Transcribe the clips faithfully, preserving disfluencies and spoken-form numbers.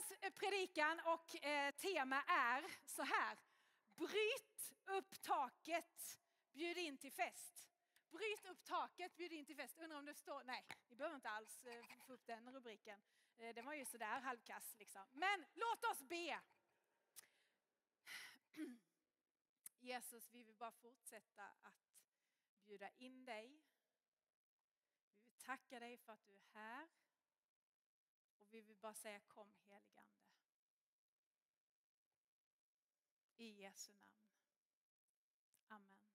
Dagens predikan och eh, tema är så här. Bryt upp taket, bjud in till fest. Bryt upp taket, bjud in till fest. Undrar om det står, nej, vi behöver inte alls eh, få upp den rubriken. Eh, det var ju sådär halvkass liksom. Men låt oss be. Jesus, vi vill bara fortsätta att bjuda in dig. Vi vill tacka dig för att du är här. Och vi vill bara säga kom heligande. I Jesu namn. Amen.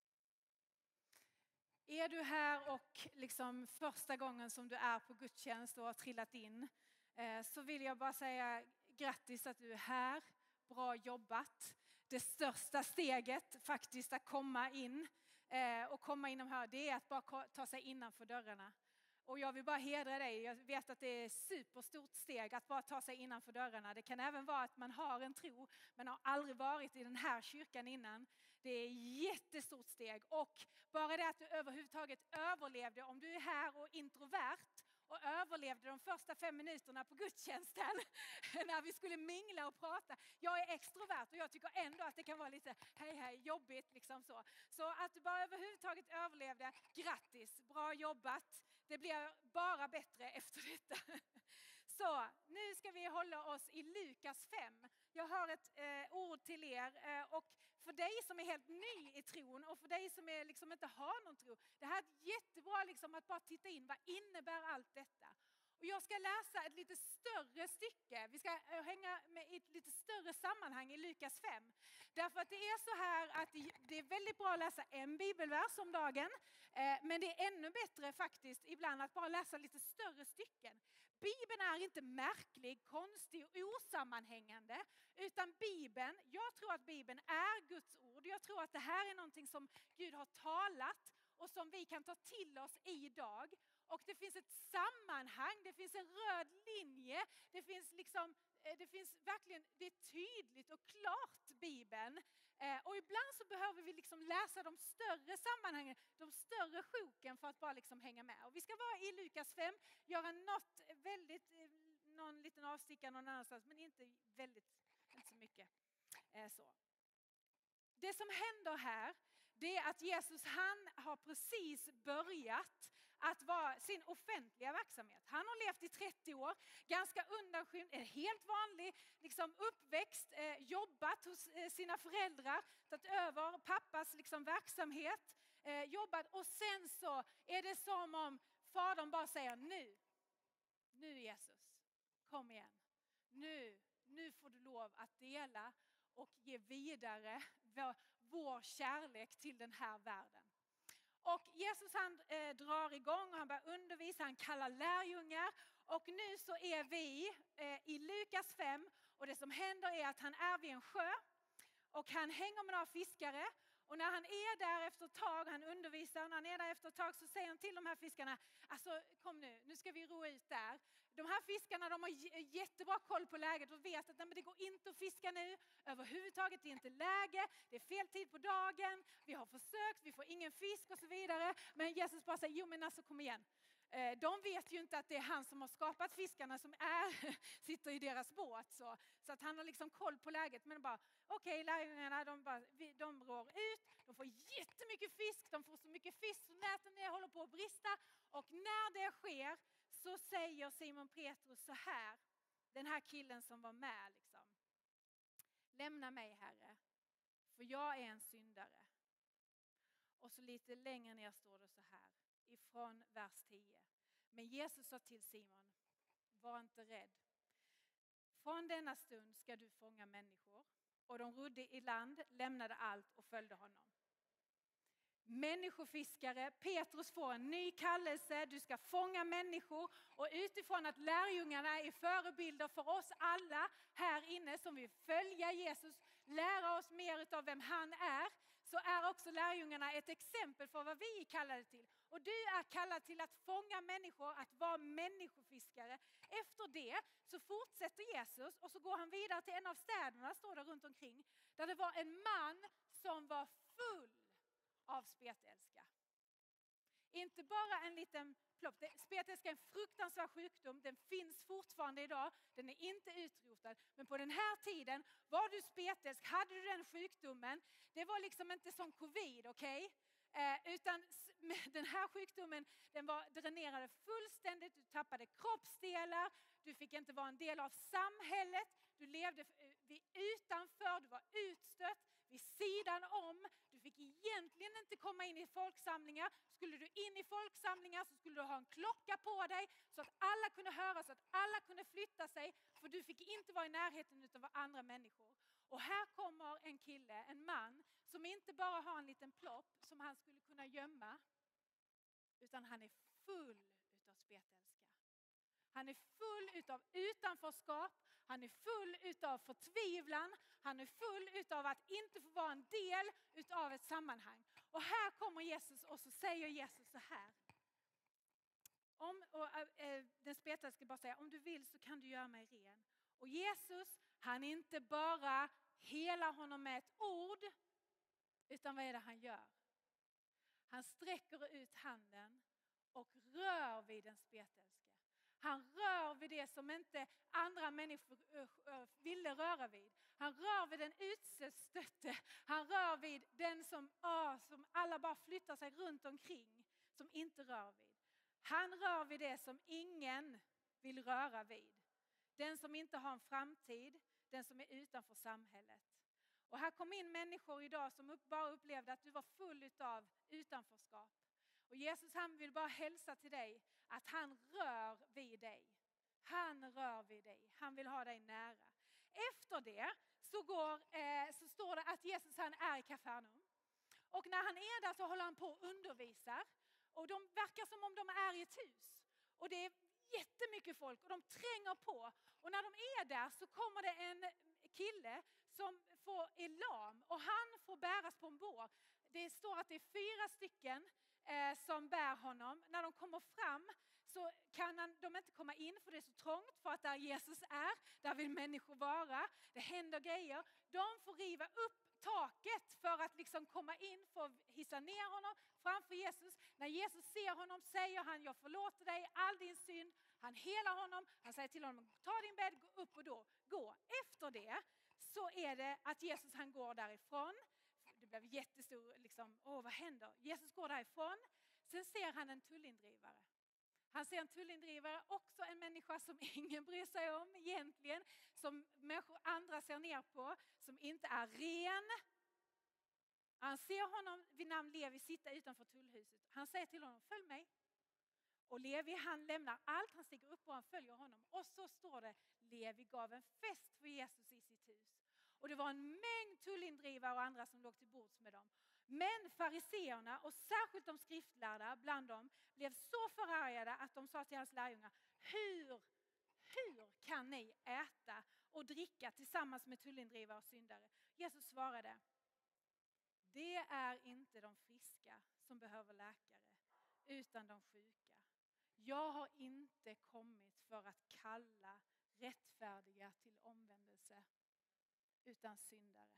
Är du här och liksom första gången som du är på gudstjänst och har trillat in, så vill jag bara säga grattis att du är här. Bra jobbat. Det största steget faktiskt att komma in och komma in här, det är att bara ta sig innanför dörrarna. Och jag vill bara hedra dig. Jag vet att det är ett superstort steg att bara ta sig innanför dörrarna. Det kan även vara att man har en tro men har aldrig varit i den här kyrkan innan. Det är ett jättestort steg. Och bara det att du överhuvudtaget överlevde, om du är här och introvert och överlevde de första fem minuterna på gudstjänsten när vi skulle mingla och prata. Jag är extrovert och jag tycker ändå att det kan vara lite hej hej jobbigt liksom så. Så att du bara överhuvudtaget överlevde, grattis, bra jobbat. Det blir bara bättre efter detta. Så nu ska vi hålla oss i Lukas fem. Jag har ett eh, ord till er eh, och för dig som är helt ny i tron och för dig som är, liksom, inte har någon tro. Det här är jättebra liksom, att bara titta in, vad innebär allt detta? Och jag ska läsa ett lite större stycke. Vi ska hänga med i ett lite större sammanhang i Lukas fem. Därför att det är så här att det är väldigt bra att läsa en bibelvers om dagen. Men det är ännu bättre faktiskt ibland att bara läsa lite större stycken. Bibeln är inte märklig, konstig och osammanhängande. Utan Bibeln, jag tror att Bibeln är Guds ord. Jag tror att det här är någonting som Gud har talat och som vi kan ta till oss idag. Och det finns ett sammanhang, det finns en röd linje, det finns liksom, det finns verkligen, det är tydligt och klart Bibeln. Och ibland så behöver vi liksom läsa de större sammanhangen, de större sjoken för att bara liksom hänga med. Och vi ska vara i Lukas fem, göra något väldigt, någon liten avstickare någon annanstans, men inte väldigt, inte så mycket så. Det som händer här, det är att Jesus, han har precis börjat att vara sin offentliga verksamhet. Han har levt i trettio år, ganska undanskymd, en helt vanlig liksom uppväxt, eh, jobbat hos eh, sina föräldrar, tagit över pappas liksom verksamhet, eh, jobbat och sen så är det som om fadern bara säger nu, nu Jesus, kom igen, nu, nu får du lov att dela och ge vidare vår, vår kärlek till den här världen. Och Jesus han eh, drar igång och han börjar undervisa, han kallar lärjungar. Och nu så är vi eh, i Lukas fem och det som händer är att han är vid en sjö och han hänger med några fiskare. Och när han är där efter ett tag, han undervisar, när han är där efter ett tag så säger han till de här fiskarna, alltså kom nu, nu ska vi ro ut där. De här fiskarna, de har jättebra koll på läget och vet att nej, men det går inte att fiska nu, överhuvudtaget det är inte läge, det är fel tid på dagen, vi har försökt, vi får ingen fisk och så vidare. Men Jesus bara säger, jo men alltså kom igen. De vet ju inte att det är han som har skapat fiskarna som är, sitter i deras båt. Så, så att han har liksom koll på läget. Men bara, okej, okay, lärjungarna, de, bara, de rår ut. De får jättemycket fisk. De får så mycket fisk så näten är håller på att brista. Och när det sker så säger Simon Petrus så här. Den här killen som var med liksom. Lämna mig, Herre. För jag är en syndare. Och så lite längre ner står det så här. Ifrån vers tio. Men Jesus sa till Simon, var inte rädd. Från denna stund ska du fånga människor. Och de rodde i land, lämnade allt och följde honom. Människofiskare, Petrus får en ny kallelse, du ska fånga människor. Och utifrån att lärjungarna är förebilder för oss alla här inne som vill följa Jesus, lära oss mer av vem han är, så är också lärjungarna ett exempel för vad vi är kallade till. Och du är kallad till att fånga människor, att vara människofiskare. Efter det så fortsätter Jesus och så går han vidare till en av städerna, står det runt omkring, där det var en man som var full av spetälska. Inte bara en liten plopp. Spetälska är en fruktansvärd sjukdom. Den finns fortfarande idag. Den är inte utrotad. Men på den här tiden var du spetälsk. Hade du den sjukdomen. Det var liksom inte som covid, okej? Okay? Eh, utan den här sjukdomen, den var dränerade fullständigt. Du tappade kroppsdelar. Du fick inte vara en del av samhället. Du levde utanför. Du var utstött vid sidan om. Du fick egentligen inte komma in i folksamlingar. Skulle du in i folksamlingar så skulle du ha en klocka på dig så att alla kunde höra, så att alla kunde flytta sig. För du fick inte vara i närheten av andra människor. Och här kommer en kille, en man, som inte bara har en liten plopp som han skulle kunna gömma. Utan han är full utav spetälska. Han är full utav utanförskap. Han är full utav förtvivlan. Han är full utav att inte få vara en del utav ett sammanhang. Och här kommer Jesus och så säger Jesus så här. Om, och, äh, den spetälska bara säger, om du vill så kan du göra mig ren. Och Jesus, han inte bara helar honom med ett ord. Utan vad är det han gör? Han sträcker ut handen och rör vid den spetälske. Han rör vid det som inte andra människor ville röra vid. Han rör vid den utstötte. Han rör vid den som, åh, som alla bara flyttar sig runt omkring. Som inte rör vid. Han rör vid det som ingen vill röra vid. Den som inte har en framtid. Den som är utanför samhället. Och här kom in människor idag som bara upplevde att du var full av utanförskap. Och Jesus, han vill bara hälsa till dig att han rör vid dig. Han rör vid dig. Han vill ha dig nära. Efter det så, går, eh, så står det att Jesus, han är i Kafarnaum. Och när han är där så håller han på och undervisar. Och de verkar som om de är i ett hus. Och det är jättemycket folk och de tränger på. Och när de är där så kommer det en kille som får är lam. Och han får bäras på en bår. Det står att det är fyra stycken eh, som bär honom. När de kommer fram så kan han, de inte komma in för det är så trångt. För att där Jesus är, där vill människor vara. Det händer grejer. De får riva upp taket för att liksom komma in, för att hissa ner honom framför Jesus. När Jesus ser honom säger han, jag förlåter dig all din synd. Han helar honom, han säger till honom, ta din bädd, gå upp och då, gå. Efter det så är det att Jesus, han går därifrån. Det blev jättestor, liksom, åh vad händer? Jesus går därifrån, sen ser han en tullindrivare. Han ser en tullindrivare, också en människa som ingen bryr sig om egentligen. Som människor andra ser ner på, som inte är ren. Han ser honom vid namn Levi sitta utanför tullhuset. Han säger till honom, följ mig. Och Levi, han lämnar allt, han stiger upp och han följer honom. Och så står det, Levi gav en fest för Jesus i sitt hus. Och det var en mängd tullindrivare och andra som låg till bords med dem. Men fariseerna och särskilt de skriftlärda bland dem blev så förargade att de sa till hans lärjungar, hur, hur kan ni äta och dricka tillsammans med tullindrivare och syndare? Jesus svarade, det är inte de friska som behöver läkare utan de sjuka. Jag har inte kommit för att kalla rättfärdiga till omvändelse utan syndare.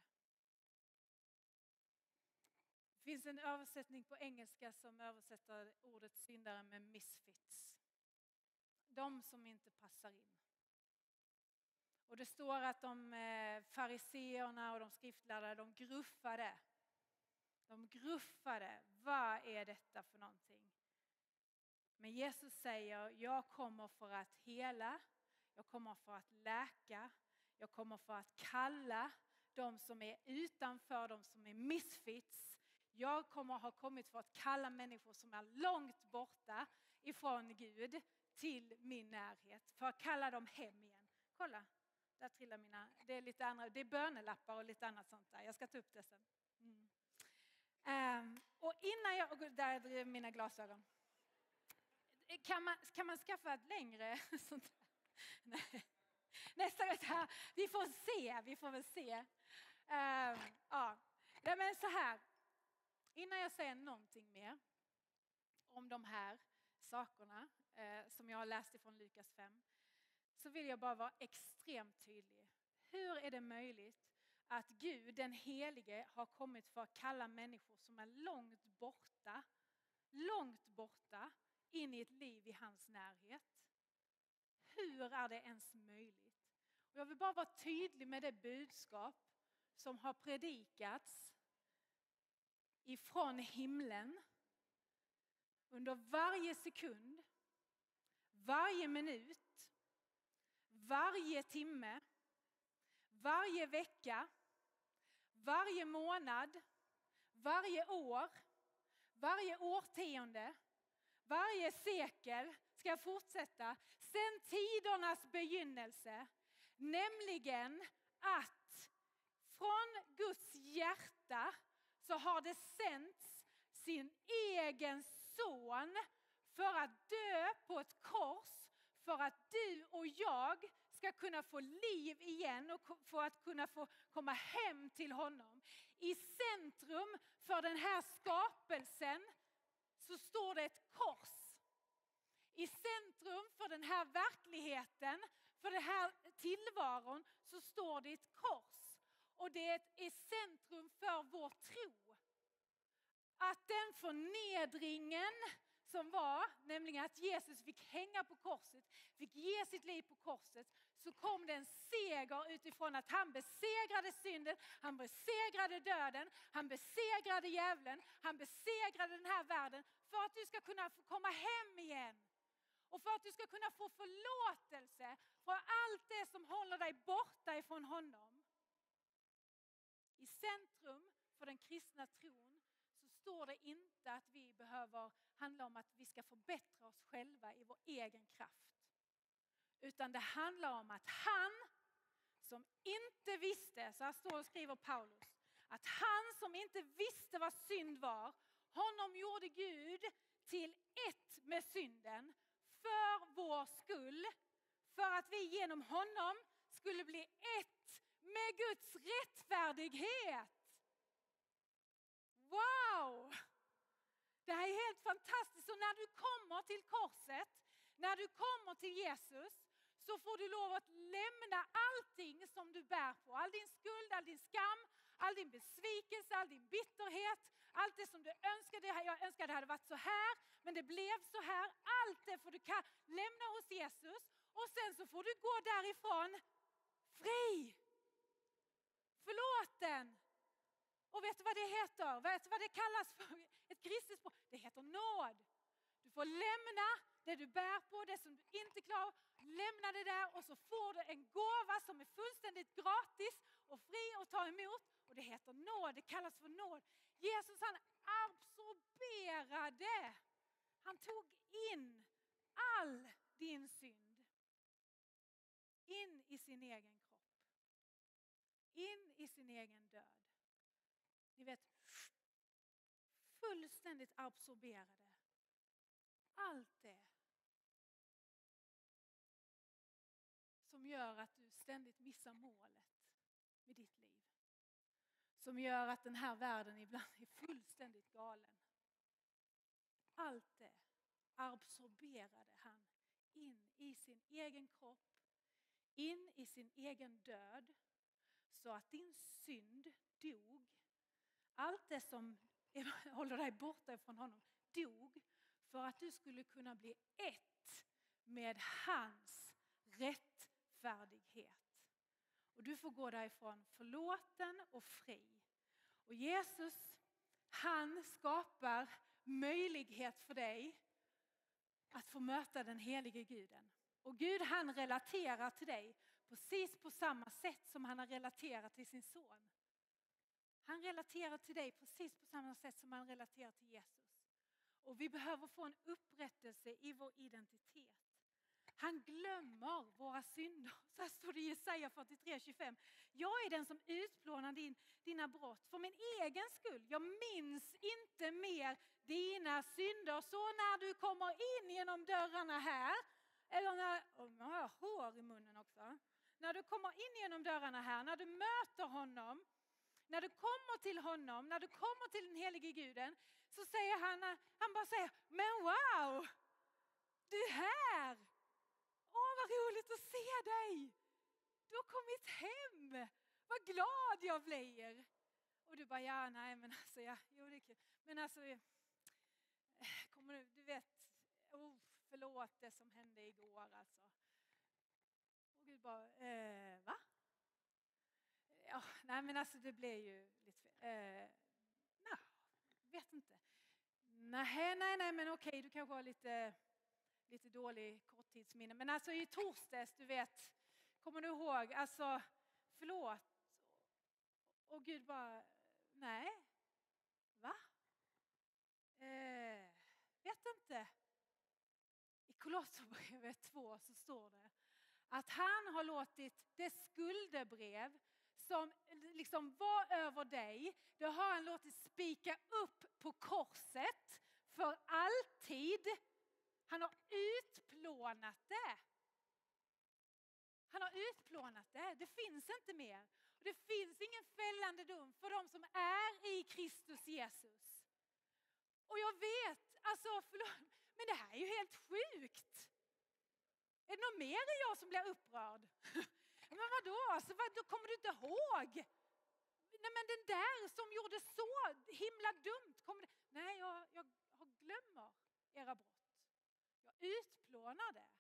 Det finns en översättning på engelska som översätter ordet syndare med misfits. De som inte passar in. Och det står att de fariseerna och de skriftlärda, de gruffade. De gruffade. Vad är detta för någonting? Men Jesus säger, jag kommer för att hela. Jag kommer för att läka. Jag kommer för att kalla de som är utanför, de som är misfits. Jag kommer ha kommit för att kalla människor som är långt borta ifrån Gud till min närhet. För att kalla dem hem igen. Kolla, där trillar mina, det är lite andra, det är bönelappar och lite annat sånt där. Jag ska ta upp det sen. Mm. Um, och innan jag, och där är mina glasögon. Kan man, kan man skaffa ett längre sånt där? Nej. Nästa gång, vi får se, vi får väl se. Um, ja. Ja, men så här. Innan jag säger någonting mer om de här sakerna eh, som jag har läst ifrån Lukas fem. Så vill jag bara vara extremt tydlig. Hur är det möjligt att Gud, den helige, har kommit för att kalla människor som är långt borta långt borta in i ett liv i hans närhet. Hur är det ens möjligt? Och jag vill bara vara tydlig med det budskap som har predikats ifrån himlen under varje sekund, varje minut, varje timme, varje vecka, varje månad, varje år, varje årtionde, varje sekel, ska jag fortsätta, sen tidernas begynnelse, nämligen att från Guds hjärta så har det sänts sin egen son för att dö på ett kors, för att du och jag ska kunna få liv igen och för att kunna få komma hem till honom. I centrum för den här skapelsen så står det ett kors. I centrum för den här verkligheten, för den här tillvaron, så står det ett kors. Och det är centrum för vår tro. Att den förnedringen som var, nämligen att Jesus fick hänga på korset, fick ge sitt liv på korset, så kom det en seger utifrån att han besegrade synden, han besegrade döden, han besegrade djävulen, han besegrade den här världen för att du ska kunna få komma hem igen. Och för att du ska kunna få förlåtelse för allt det som håller dig borta ifrån honom. I centrum för den kristna tron så står det inte att vi behöver handla om att vi ska förbättra oss själva i vår egen kraft. Utan det handlar om att han som inte visste, så här står och skriver Paulus, att han som inte visste vad synd var, honom gjorde Gud till ett med synden för vår skull, för att vi genom honom skulle bli ett med Guds rättfärdighet. Wow! Det här är helt fantastiskt. Och när du kommer till korset, när du kommer till Jesus, så får du lov att lämna allting som du bär på. All din skuld, all din skam, all din besvikelse, all din bitterhet, allt det som du önskade. Jag önskade det hade varit så här, men det blev så här. Allt det får du kan lämna hos Jesus. Och sen så får du gå därifrån fri. Förlåten. Och vet du vad det heter? Vet du vad det kallas för? Ett kristet språk. Det heter nåd. Du får lämna det du bär på, det som du inte klarar. Lämna det där och så får du en gåva som är fullständigt gratis och fri att ta emot. Och det heter nåd. Det kallas för nåd. Jesus, han absorberade. Han tog in all din synd. In i sin egen kropp. In i sin egen död. Ni vet, fullständigt absorberade. Allt det som gör att du ständigt missar målet med ditt liv. Som gör att den här världen ibland är fullständigt galen. Allt det absorberade han in i sin egen kropp. In i sin egen död. Så att din synd dog. Allt det som håller dig borta från honom dog för att du skulle kunna bli ett med hans rättfärdighet. Och du får gå därifrån förlåten och fri. Och Jesus, han skapar möjlighet för dig att få möta den helige Guden. Och Gud, han relaterar till dig precis på samma sätt som han har relaterat till sin son. Han relaterar till dig precis på samma sätt som han relaterar till Jesus. Och vi behöver få en upprättelse i vår identitet. Han glömmer våra synder. Så här står det i Jesaja fyrtiotre tjugofem. Jag är den som utplånar din, dina brott för min egen skull. Jag minns inte mer dina synder. Så när du kommer in genom dörrarna här. Eller när, oh, jag har hår i munnen också. När du kommer in genom dörrarna här. När du möter honom. När du kommer till honom. När du kommer till den helige Guden. Så säger han, han bara säger, men wow. Du är här. Åh, vad roligt att se dig. Du har kommit hem. Vad glad jag blir. Och du bara, ja, nej, men alltså, ja, jo, det är kul. Men alltså, kommer du, du vet, oh, förlåt det som hände igår alltså. Och Gud bara, eh, va? Ja, nej men alltså det blev ju lite fel. Eh, nej, vet inte. Nej, nej, nej, men okej, du kanske har lite, lite dålig korttidsminne. Men alltså i torsdags, du vet, kommer du ihåg, alltså förlåt. Och Gud bara, nej, va? Eh, vet inte. I Kolosserbrevet två så står det att han har låtit det skuldebrev som liksom var över dig, det har han låtit spika upp på korset för alltid. Han har utplånat det. Han har utplånat det. Det finns inte mer. Och det finns ingen fällande dom för de som är i Kristus Jesus. Och jag vet, alltså förlåt, men det här är ju helt sjukt. Är det någon mer än jag som blir upprörd? Men vadå? Alltså, vad, då kommer du inte ihåg? Nej, men den där som gjorde så himla dumt. Kommer det... Nej, jag, jag, jag glömmer era brott. Jag utplånar det.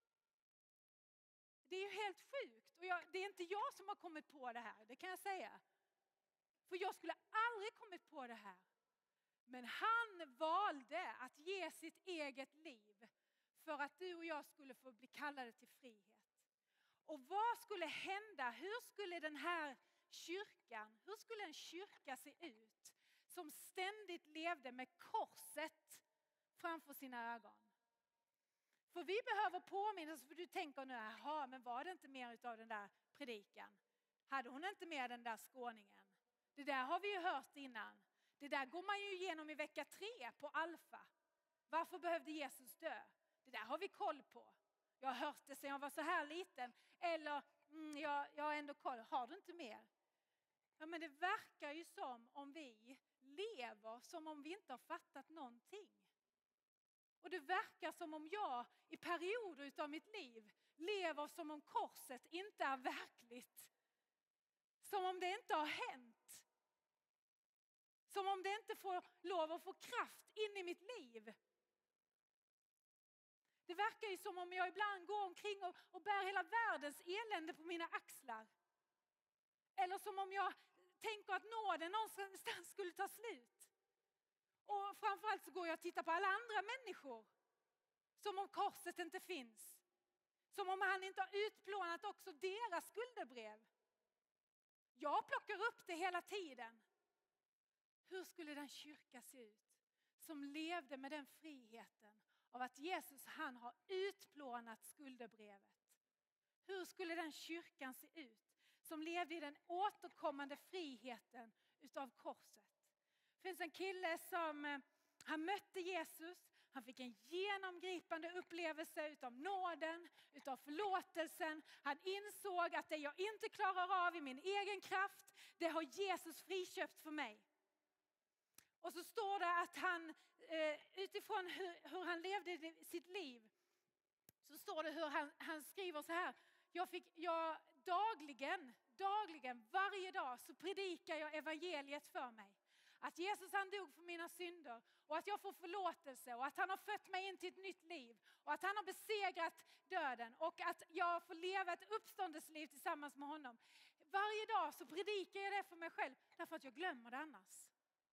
Det är ju helt sjukt. Och jag, det är inte jag som har kommit på det här, det kan jag säga. För jag skulle aldrig kommit på det här. Men han valde att ge sitt eget liv för att du och jag skulle få bli kallade till frihet. Och vad skulle hända? Hur skulle den här kyrkan, hur skulle en kyrka se ut som ständigt levde med korset framför sina ögon? För vi behöver påminnas, för du tänker nu, jaha, men var det inte mer av den där predikan? Hade hon inte med den där skåningen? Det där har vi ju hört innan. Det där går man ju igenom i vecka tre på Alfa. Varför behövde Jesus dö? Det där har vi koll på. Jag har hört det sedan jag var så här liten. Eller, mm, jag, jag har ändå koll. Har du inte mer? Ja, men det verkar ju som om vi lever som om vi inte har fattat någonting. Och det verkar som om jag i perioder av mitt liv lever som om korset inte är verkligt. Som om det inte har hänt. Som om det inte får lov att få kraft in i mitt liv. Det verkar ju som om jag ibland går omkring och, och bär hela världens elände på mina axlar. Eller som om jag tänker att nåden någonstans skulle ta slut. Och framförallt så går jag och tittar på alla andra människor. Som om korset inte finns. Som om han inte har utplånat också deras skuldebrev. Jag plockar upp det hela tiden. Hur skulle den kyrka se ut som levde med den friheten av att Jesus, han har utplånat skuldebrevet? Hur skulle den kyrkan se ut som levde i den återkommande friheten utav korset? Det finns en kille som, han mötte Jesus, han fick en genomgripande upplevelse utav nåden, utav förlåtelsen. Han insåg att det jag inte klarar av i min egen kraft, det har Jesus friköpt för mig. Och så står det att han, utifrån hur, hur han levde sitt liv, så står det hur han, han skriver så här. Jag fick, jag dagligen, dagligen, varje dag så predikar jag evangeliet för mig. Att Jesus, han dog för mina synder och att jag får förlåtelse och att han har fött mig in till ett nytt liv. Och att han har besegrat döden och att jag får leva ett uppståndelseliv tillsammans med honom. Varje dag så predikar jag det för mig själv därför att jag glömmer det annars.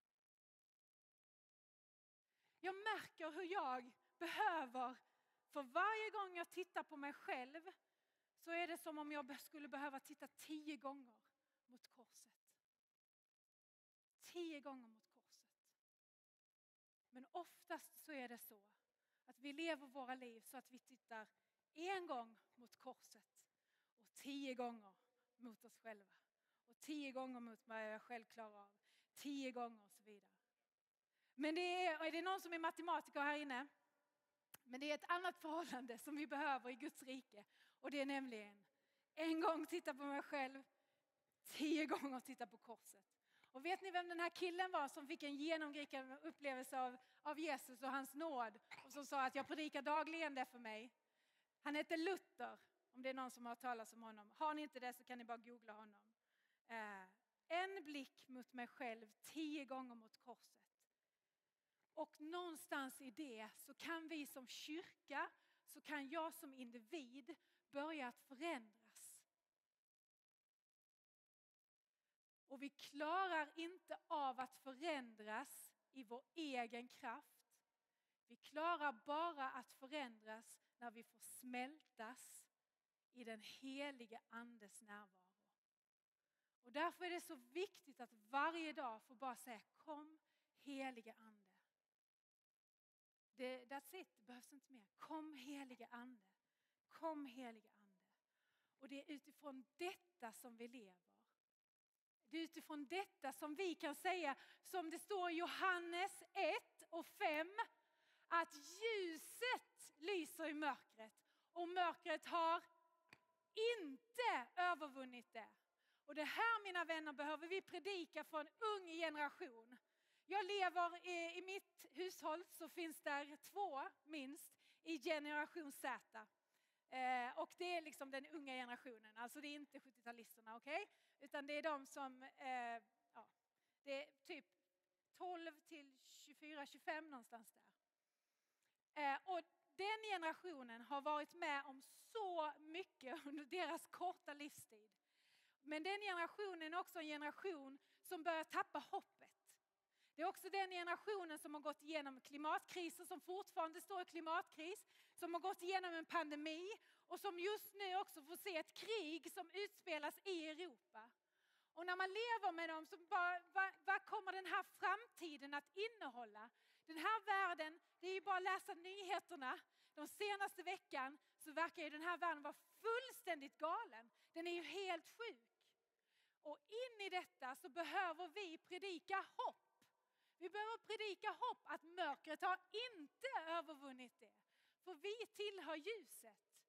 Jag märker hur jag behöver, för varje gång jag tittar på mig själv så är det som om jag skulle behöva titta tio gånger mot korset. Tio gånger mot korset. Men oftast så är det så att vi lever våra liv så att vi tittar en gång mot korset och tio gånger mot oss själva. Och tio gånger mot vad jag själv klarar av. Tio gånger och så vidare. Men det är, är det någon som är matematiker här inne? Men det är ett annat förhållande som vi behöver i Guds rike. Och det är nämligen en gång titta på mig själv, tio gånger titta på korset. Och vet ni vem den här killen var som fick en genomgripande upplevelse av, av Jesus och hans nåd? Och som sa att jag predikar dagligen det för mig. Han heter Luther, om det är någon som har talat om honom. Har ni inte det så kan ni bara googla honom. Eh, en blick mot mig själv, tio gånger mot korset. Och någonstans i det så kan vi som kyrka, så kan jag som individ börja att förändras. Och vi klarar inte av att förändras i vår egen kraft. Vi klarar bara att förändras när vi får smältas i den helige andes närvaro. Och därför är det så viktigt att varje dag få bara säga: kom helige ande. Det, that's it, det behövs inte mer. Kom helige ande. Kom helige ande. Och det är utifrån detta som vi lever. Det är utifrån detta som vi kan säga, som det står i Johannes ett och fem, att ljuset lyser i mörkret och mörkret har inte övervunnit det. Och det här, mina vänner, behöver vi predika för en ung generation. Jag lever i, i mitt hushåll så finns där två minst i generation Z. Eh, och det är liksom den unga generationen. Alltså det är inte sjuttio-talisterna, okej? Okay? Utan det är de som, eh, ja, det är typ tolv till tjugofyra tjugofem någonstans där. Eh, och den generationen har varit med om så mycket under deras korta livstid. Men den generationen är också en generation som börjar tappa hoppet. Det är också den generationen som har gått igenom klimatkriser, som fortfarande står i klimatkris, som har gått igenom en pandemi och som just nu också får se ett krig som utspelas i Europa. Och när man lever med dem så bara, vad, vad kommer den här framtiden att innehålla? Den här världen, det är ju bara att läsa nyheterna. De senaste veckan så verkar ju den här världen vara fullständigt galen. Den är ju helt sjuk. Och in i detta så behöver vi predika hopp. Vi behöver predika hopp att mörkret har inte övervunnit det. För vi tillhör ljuset.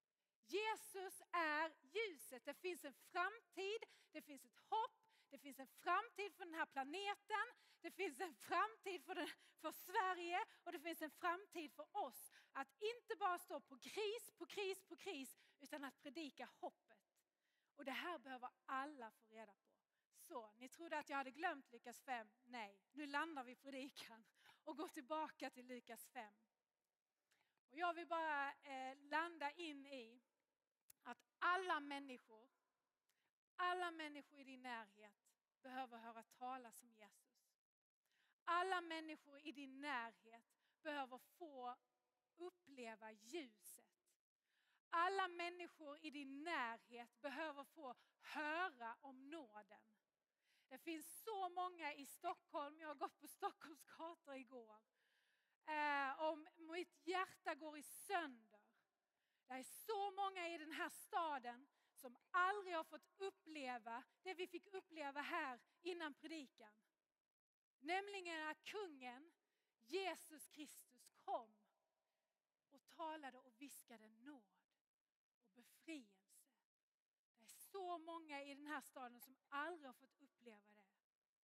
Jesus är ljuset. Det finns en framtid, det finns ett hopp, det finns en framtid för den här planeten, det finns en framtid för, den, för Sverige och det finns en framtid för oss. Att inte bara stå på kris, på kris, på kris, utan att predika hoppet. Och det här behöver alla få reda på. Så, ni trodde att jag hade glömt Lukas fem? Nej, nu landar vi predikan och går tillbaka till Lukas fem. Och jag vill bara eh, landa in i att alla människor, alla människor i din närhet behöver höra talas om Jesus. Alla människor i din närhet behöver få uppleva ljuset. Alla människor i din närhet behöver få höra om nåden. Det finns så många i Stockholm, jag har gått på Stockholms gator igår. Eh, om mitt hjärta går i sönder. Det är så många i den här staden som aldrig har fått uppleva det vi fick uppleva här innan predikan. Nämligen att kungen, Jesus Kristus, kom och talade och viskade nåd och befrielse. Det är så många i den här staden som aldrig har fått uppleva det.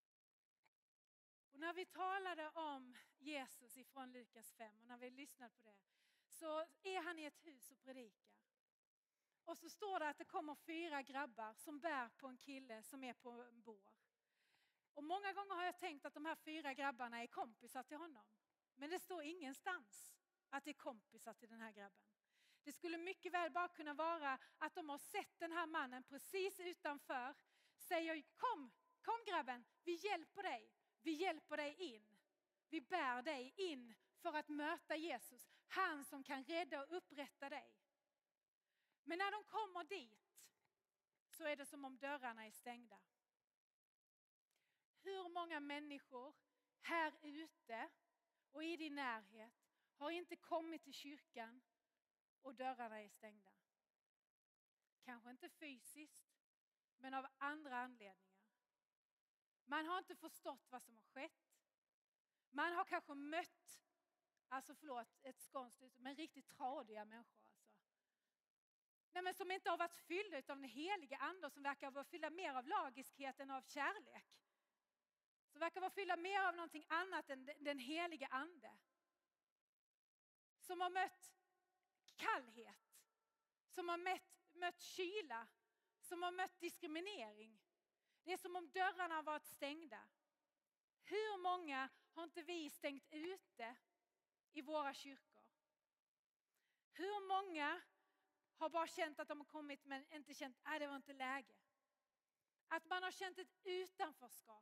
Och när vi talade om Jesus ifrån Lukas fem och när vi lyssnade på det, så är han i ett hus och predikar. Och så står det att det kommer fyra grabbar som bär på en kille som är på en bår. Och många gånger har jag tänkt att de här fyra grabbarna är kompisar till honom. Men det står ingenstans att det är kompisar till den här grabben. Det skulle mycket väl bara kunna vara att de har sett den här mannen precis utanför. Säger: kom, kom grabben, vi hjälper dig. Vi hjälper dig in. Vi bär dig in för att möta Jesus. Han som kan rädda och upprätta dig. Men när de kommer dit så är det som om dörrarna är stängda. Hur många människor här ute och i din närhet har inte kommit till kyrkan och dörrarna är stängda? Kanske inte fysiskt, men av andra anledningar. Man har inte förstått vad som har skett. Man har kanske mött, alltså förlåt, ett skånskt ut, men riktigt tradiga människor alltså. Nej, men som inte har varit fyllda av den heliga ande, som verkar vara fyllda mer av lagiskhet än av kärlek. Som verkar vara fyllda mer av någonting annat än den heliga ande. Som har mött kallhet. Som har mött, mött kyla. Som har mött diskriminering. Det är som om dörrarna har varit stängda. Hur många har inte vi stängt ute i våra kyrkor? Hur många har bara känt att de har kommit men inte känt att det var inte läge? Att man har känt ett utanförskap.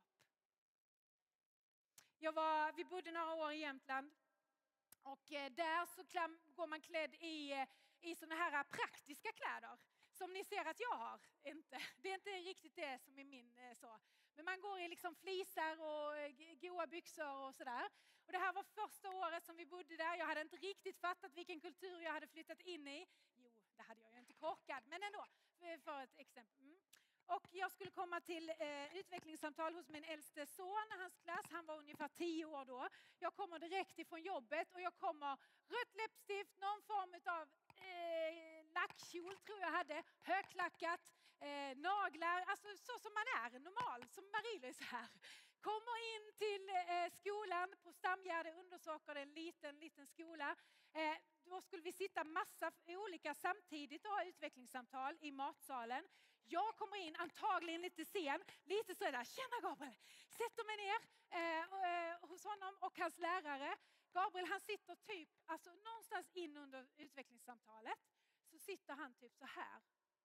Jag var, vi bodde några år i Jämtland. Och där så går man klädd i, i såna här praktiska kläder. Som ni ser att jag har. Inte. Det är inte riktigt det som är min så. Men man går i liksom flisar och goa byxor och sådär. Och det här var första året som vi bodde där. Jag hade inte riktigt fattat vilken kultur jag hade flyttat in i. Jo, det hade jag ju inte korkad. Men ändå, för ett exempel. Mm. Och jag skulle komma till eh, utvecklingssamtal hos min äldste son, hans klass. Han var ungefär tio år då. Jag kommer direkt ifrån jobbet och jag kommer rött läppstift, någon form av eh, lackkjol tror jag hade, högklackat, eh, naglar, alltså så som man är normal, som Marie-Louise här. Kommer in till eh, skolan på Stamgärde, Undersåker, en liten, liten skola. Eh, då skulle vi sitta massa olika samtidigt och ha utvecklingssamtal i matsalen. Jag kommer in antagligen lite sen, lite sådär, tjena Gabriel, sätter mig ner eh, och, eh, hos honom och hans lärare. Gabriel han sitter typ, alltså någonstans in under utvecklingssamtalet så sitter han typ så här.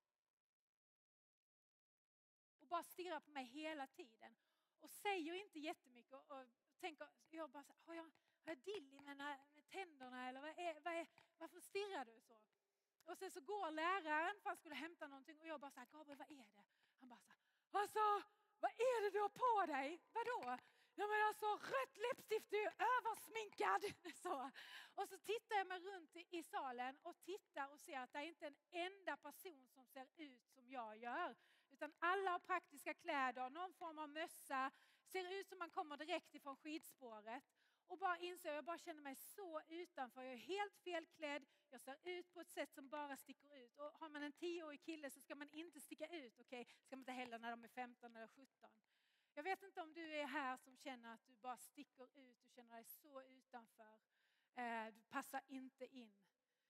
Och bara stirrar på mig hela tiden. Och säger inte jättemycket och, och tänker, jag bara så här, har jag, har jag dill i mina, med tänderna eller vad är, vad är, varför stirrar du så? Och sen så går läraren för han skulle hämta någonting och jag bara så här, Gabriel vad är det? Han bara så här, alltså vad är det du har på dig? Vadå? Ja men alltså rött läppstift, du är översminkad. Så. Och så tittar jag mig runt i, i salen och tittar och ser att det är inte en enda person som ser ut som jag gör. Utan alla har praktiska kläder, någon form av mössa, ser ut som man kommer direkt ifrån skidspåret. Och bara inser, jag bara känner mig så utanför. Jag är helt felklädd. Jag ser ut på ett sätt som bara sticker ut. Och har man en tioårig kille så ska man inte sticka ut. Okej, okay? Ska man inte heller när de är femton eller sjutton. Jag vet inte om du är här som känner att du bara sticker ut. Du känner dig så utanför. Eh, du passar inte in.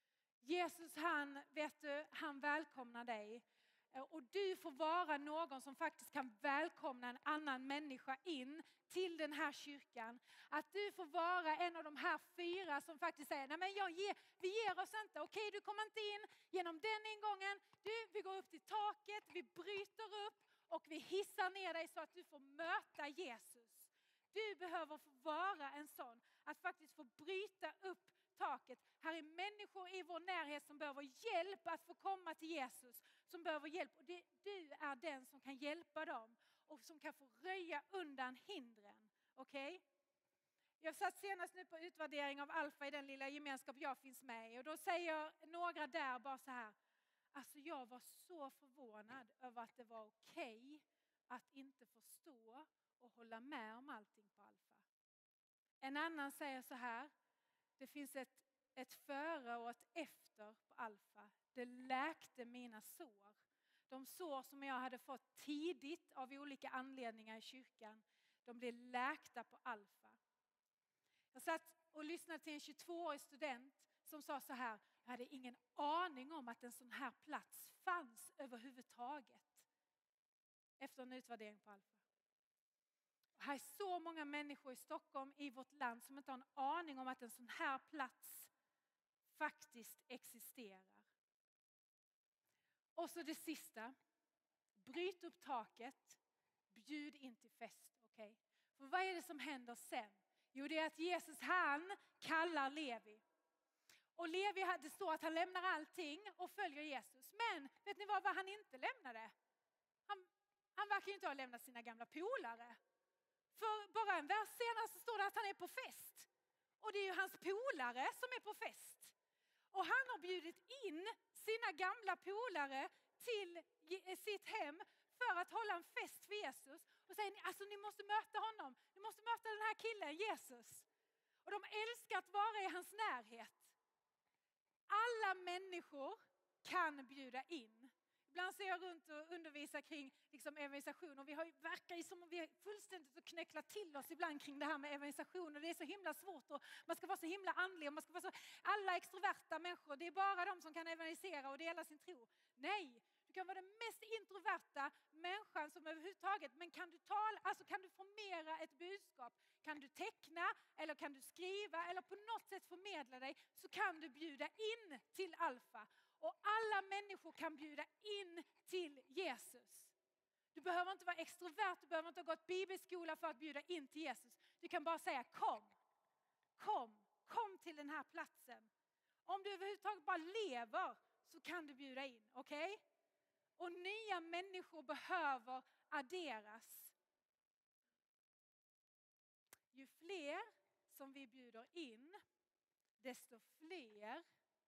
Jesus han, vet du, han välkomnar dig. Och du får vara någon som faktiskt kan välkomna en annan människa in till den här kyrkan. Att du får vara en av de här fyra som faktiskt säger, nej men jag ger, vi ger oss inte. Okej, du kommer inte in genom den ingången. Du, vi går upp till taket, vi bryter upp och vi hissar ner dig så att du får möta Jesus. Du behöver få vara en sån, att faktiskt få bryta upp taket. Här är människor i vår närhet som behöver hjälp att få komma till Jesus. Som behöver hjälp. Och det, du är den som kan hjälpa dem. Och som kan få röja undan hindren. Okej? Okay? Jag satt senast nu på utvärdering av Alfa i den lilla gemenskap jag finns med i. Och då säger några där bara så här. Alltså jag var så förvånad över att det var okej okay att inte förstå och hålla med om allting på Alfa. En annan säger så här. Det finns ett, ett före och ett efter på Alfa. Det läkte mina sår. De sår som jag hade fått tidigt av olika anledningar i kyrkan. De blev läkta på Alfa. Jag satt och lyssnade till en tjugotvåårig student som sa så här. Jag hade ingen aning om att en sån här plats fanns överhuvudtaget. Efter en utvärdering på Alfa. Och här är så många människor i Stockholm, i vårt land, som inte har en aning om att en sån här plats faktiskt existerar. Och så det sista. Bryt upp taket. Bjud in till fest. Okay? För vad är det som händer sen? Jo, det är att Jesus han kallar Levi. Och Levi, det står att han lämnar allting och följer Jesus. Men vet ni vad, vad han inte lämnade? Han, han verkar ju inte ha lämnat sina gamla polare. För bara en vers senare så står det att han är på fest. Och det är ju hans polare som är på fest. Och han har bjudit in sina gamla polare till sitt hem för att hålla en fest för Jesus. Och säger, alltså ni måste möta honom. Ni måste möta den här killen, Jesus. Och de älskar att vara i hans närhet. Alla människor kan bjuda in. Ibland ser jag runt och undervisar kring liksom, evangelisation. Och vi har ju, verkar ju som om vi är fullständigt att knäckla till oss ibland kring det här med evangelisation. Och det är så himla svårt. Och man ska vara så himla andlig. Och man ska vara så, alla extroverta människor, det är bara de som kan evangelisera och dela sin tro. Nej, du kan vara den mest introverta människan som som överhuvudtaget. Men kan du tala, alltså kan du formera ett budskap? Kan du teckna eller kan du skriva eller på något sätt förmedla dig, så kan du bjuda in till Alfa. Och alla människor kan bjuda in till Jesus. Du behöver inte vara extrovert, du behöver inte ha gått bibelskola för att bjuda in till Jesus. Du kan bara säga kom, kom, kom till den här platsen. Om du överhuvudtaget bara lever så kan du bjuda in, okej? Okay? Och nya människor behöver adderas. Ju fler som vi bjuder in, desto fler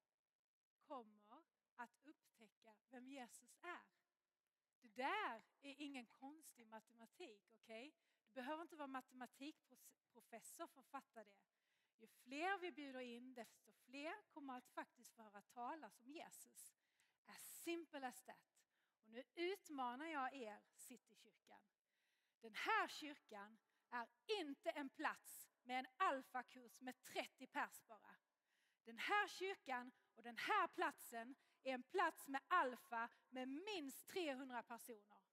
kommer att upptäcka vem Jesus är. Det där är ingen konstig matematik, okej? Okay? Du behöver inte vara matematikprofessor för att fatta det. Ju fler vi bjuder in, desto fler kommer att faktiskt få höra talas om Jesus. As simple as that. Och nu utmanar jag er, Citykyrkan. Den här kyrkan är inte en plats med en alfakurs med trettio pers bara. Den här kyrkan och den här platsen är en plats med alfa med minst trehundra personer.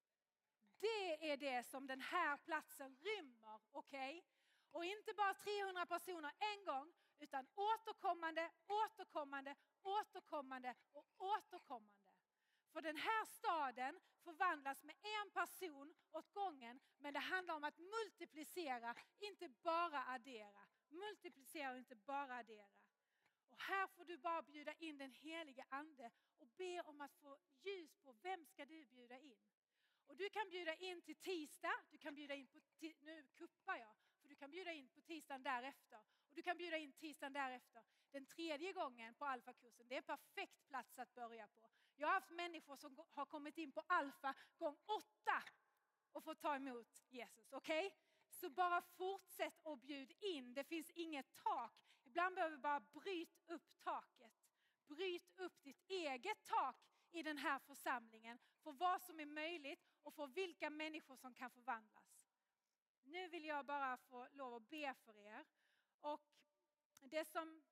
Det är det som den här platsen rymmer, okej? Okay? Och inte bara trehundra personer en gång, utan återkommande, återkommande, återkommande och återkommande. För den här staden förvandlas med en person åt gången, men det handlar om att multiplicera, inte bara addera. Multiplicera och inte bara addera. Och här får du bara bjuda in den helige ande och be om att få ljus på vem ska du bjuda in. Och du kan bjuda in till tisdag, du kan bjuda in på, nu kuppar jag, för du kan bjuda in på tisdagen därefter. Och du kan bjuda in tisdagen därefter. Den tredje gången på alfakursen, det är en perfekt plats att börja på. Jag har haft människor som har kommit in på alfa gång åtta och fått ta emot Jesus, okej? Okay? Så bara fortsätt och bjud in, det finns inget tak. Ibland behöver vi bara bryta upp taket. Bryt upp ditt eget tak i den här församlingen för vad som är möjligt och för vilka människor som kan förvandlas. Nu vill jag bara få lov att be för er. Och det som,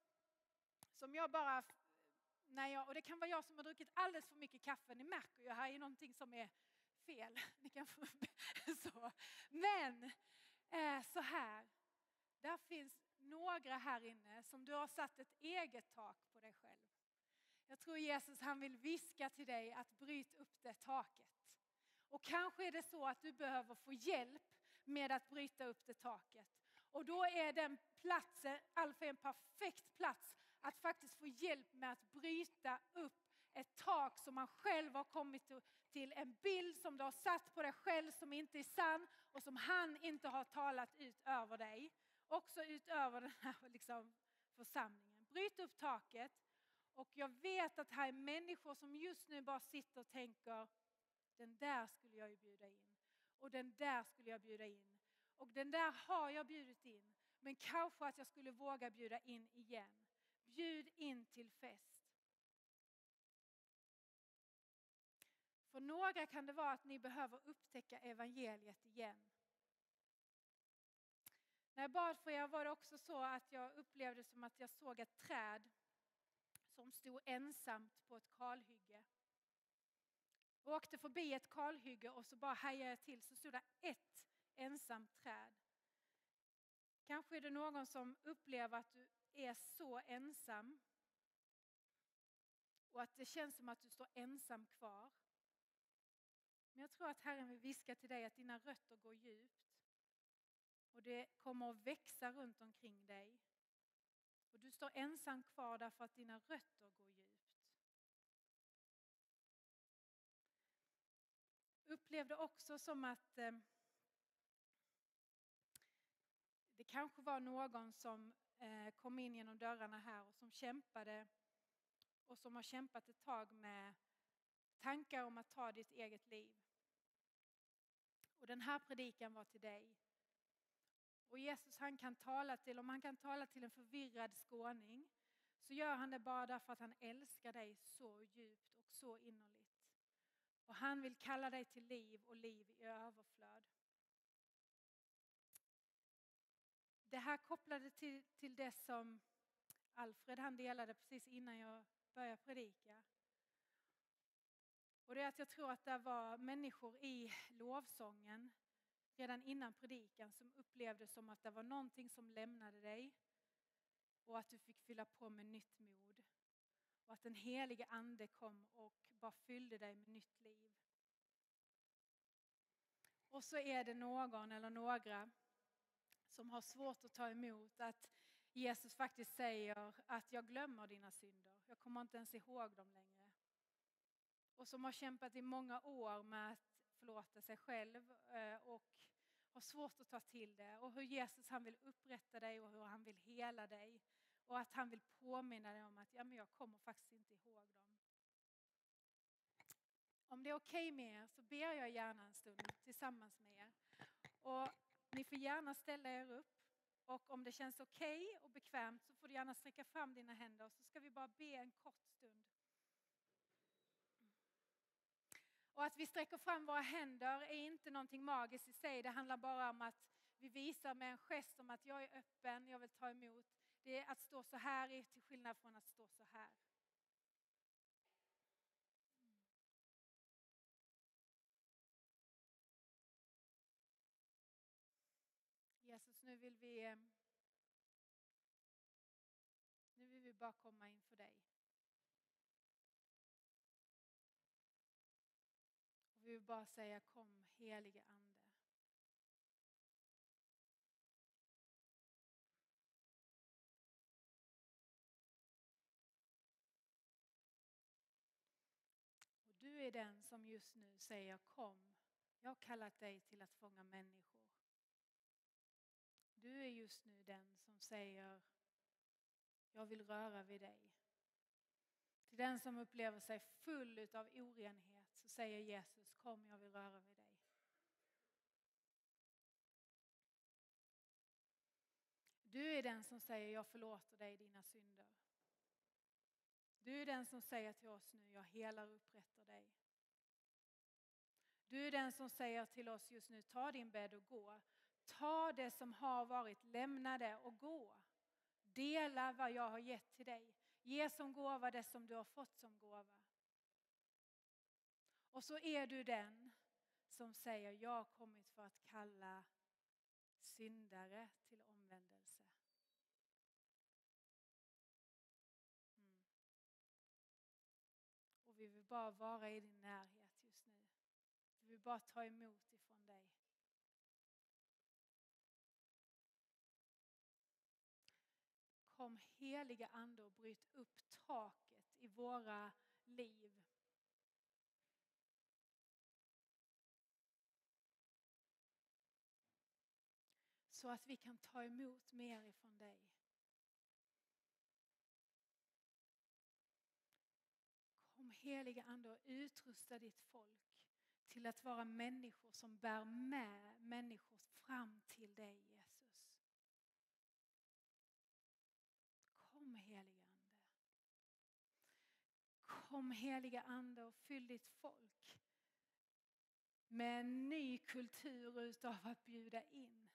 som jag bara, när jag, och det kan vara jag som har druckit alldeles för mycket kaffe, ni märker ju här är någonting som är fel. Ni kan få, så. Men eh, så här, där finns några här inne som du har satt ett eget tak på dig själv. Jag tror Jesus, han vill viska till dig att bryta upp det taket. Och kanske är det så att du behöver få hjälp med att bryta upp det taket. Och då är den platsen, Alfa en perfekt plats att faktiskt få hjälp med att bryta upp ett tak som man själv har kommit till. En bild som du har satt på dig själv som inte är sann och som han inte har talat ut över dig. Också utöver den här liksom, församlingen. Bryt upp taket. Och jag vet att här är människor som just nu bara sitter och tänker, den där skulle jag ju bjuda in. Och den där skulle jag bjuda in. Och den där har jag bjudit in. Men kanske att jag skulle våga bjuda in igen. Bjud in till fest. För några kan det vara att ni behöver upptäcka evangeliet igen. När jag bad för er var det också så att jag upplevde som att jag såg ett träd som stod ensamt på ett kalhygge. Jag åkte förbi ett kalhygge och så bara hajade jag till, så stod det ett ensamt träd. Kanske är det någon som upplever att du är så ensam och att det känns som att du står ensam kvar. Men jag tror att Herren vill viska till dig att dina rötter går djupt och det kommer att växa runt omkring dig. Och du står ensam kvar därför att dina rötter går djupt. Upplevde också som att eh, det kanske var någon som eh, kom in genom dörrarna här och som kämpade och som har kämpat ett tag med tankar om att ta ditt eget liv. Och den här predikan var till dig. Och Jesus, han kan tala till, om han kan tala till en förvirrad skåning, så gör han det bara därför att han älskar dig så djupt och så innerligt. Och han vill kalla dig till liv och liv i överflöd. Det här kopplade till, till det som Alfred han delade precis innan jag började predika. Och det är att jag tror att det var människor i lovsången redan innan predikan som upplevde som att det var någonting som lämnade dig. Och att du fick fylla på med nytt mod. Och att den helige ande kom och bara fyllde dig med nytt liv. Och så är det någon eller några som har svårt att ta emot att Jesus faktiskt säger att jag glömmer dina synder. Jag kommer inte ens ihåg dem längre. Och som har kämpat i många år med att förlåta sig själv och har svårt att ta till det. Och hur Jesus han vill upprätta dig och hur han vill hela dig. Och att han vill påminna dig om att ja, men jag kommer faktiskt inte ihåg dem. Om det är okej med er så ber jag gärna en stund tillsammans med er. Och ni får gärna ställa er upp. Och om det känns okej och bekvämt så får du gärna sträcka fram dina händer. Och så ska vi bara be en kort stund. Och att vi sträcker fram våra händer är inte någonting magiskt i sig. Det handlar bara om att vi visar med en gest om att jag är öppen, jag vill ta emot. Det är att stå så här till skillnad från att stå så här. Jesus, nu vill vi nu vill vi bara komma inför dig. Och vi vill bara säga kom helige ande. Och du är den som just nu säger kom. Jag har kallat dig till att fånga människor. Du är just nu den som säger jag vill röra vid dig. Till den som upplever sig full av orenhet så säger Jesus kom jag vill röra vid dig. Du är den som säger jag förlåter dig dina synder. Du är den som säger till oss nu jag helar och upprättar dig. Du är den som säger till oss just nu ta din bädd och gå. Ta det som har varit lämnade och gå. Dela vad jag har gett till dig. Ge som gåva det som du har fått som gåva. Och så är du den som säger jag har kommit för att kalla syndare till omvändelse. Mm. Och vi vill bara vara i din närhet just nu. Vi vill bara ta emot ifrån dig. Kom heliga ande och bryt upp taket i våra liv. Så att vi kan ta emot mer ifrån dig. Kom heliga ande och utrusta ditt folk till att vara människor som bär med människor fram till dig Jesus. Kom heliga ande. Kom heliga ande och fyll ditt folk med en ny kultur utav att bjuda in.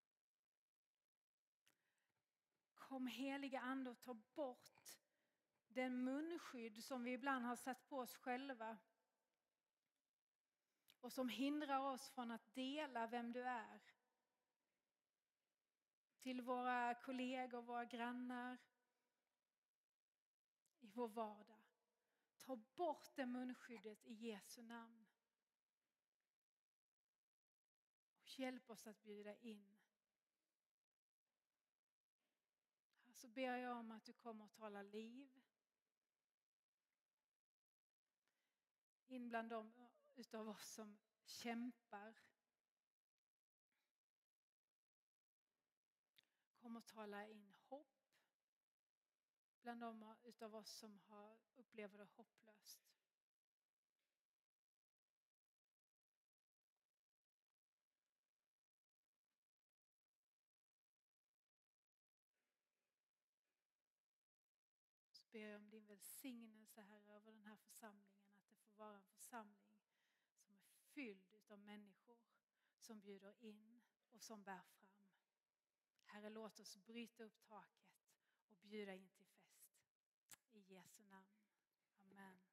Kom heliga ande och ta bort den munskydd som vi ibland har satt på oss själva. Och som hindrar oss från att dela vem du är. Till våra kollegor, våra grannar. I vår vardag. Ta bort det munskyddet i Jesu namn. Och hjälp oss att bjuda in. Så ber jag om att du kommer att tala liv. In bland de utav oss som kämpar. Kom att tala in hopp. Bland de utav oss som har upplever det hopplöst. Så ber jag om din välsignelse här över den här församlingen. Att det får vara en församling som är fylld utav människor som bjuder in och som bär fram. Herre, låt oss bryta upp taket och bjuda in till fest. I Jesu namn. Amen.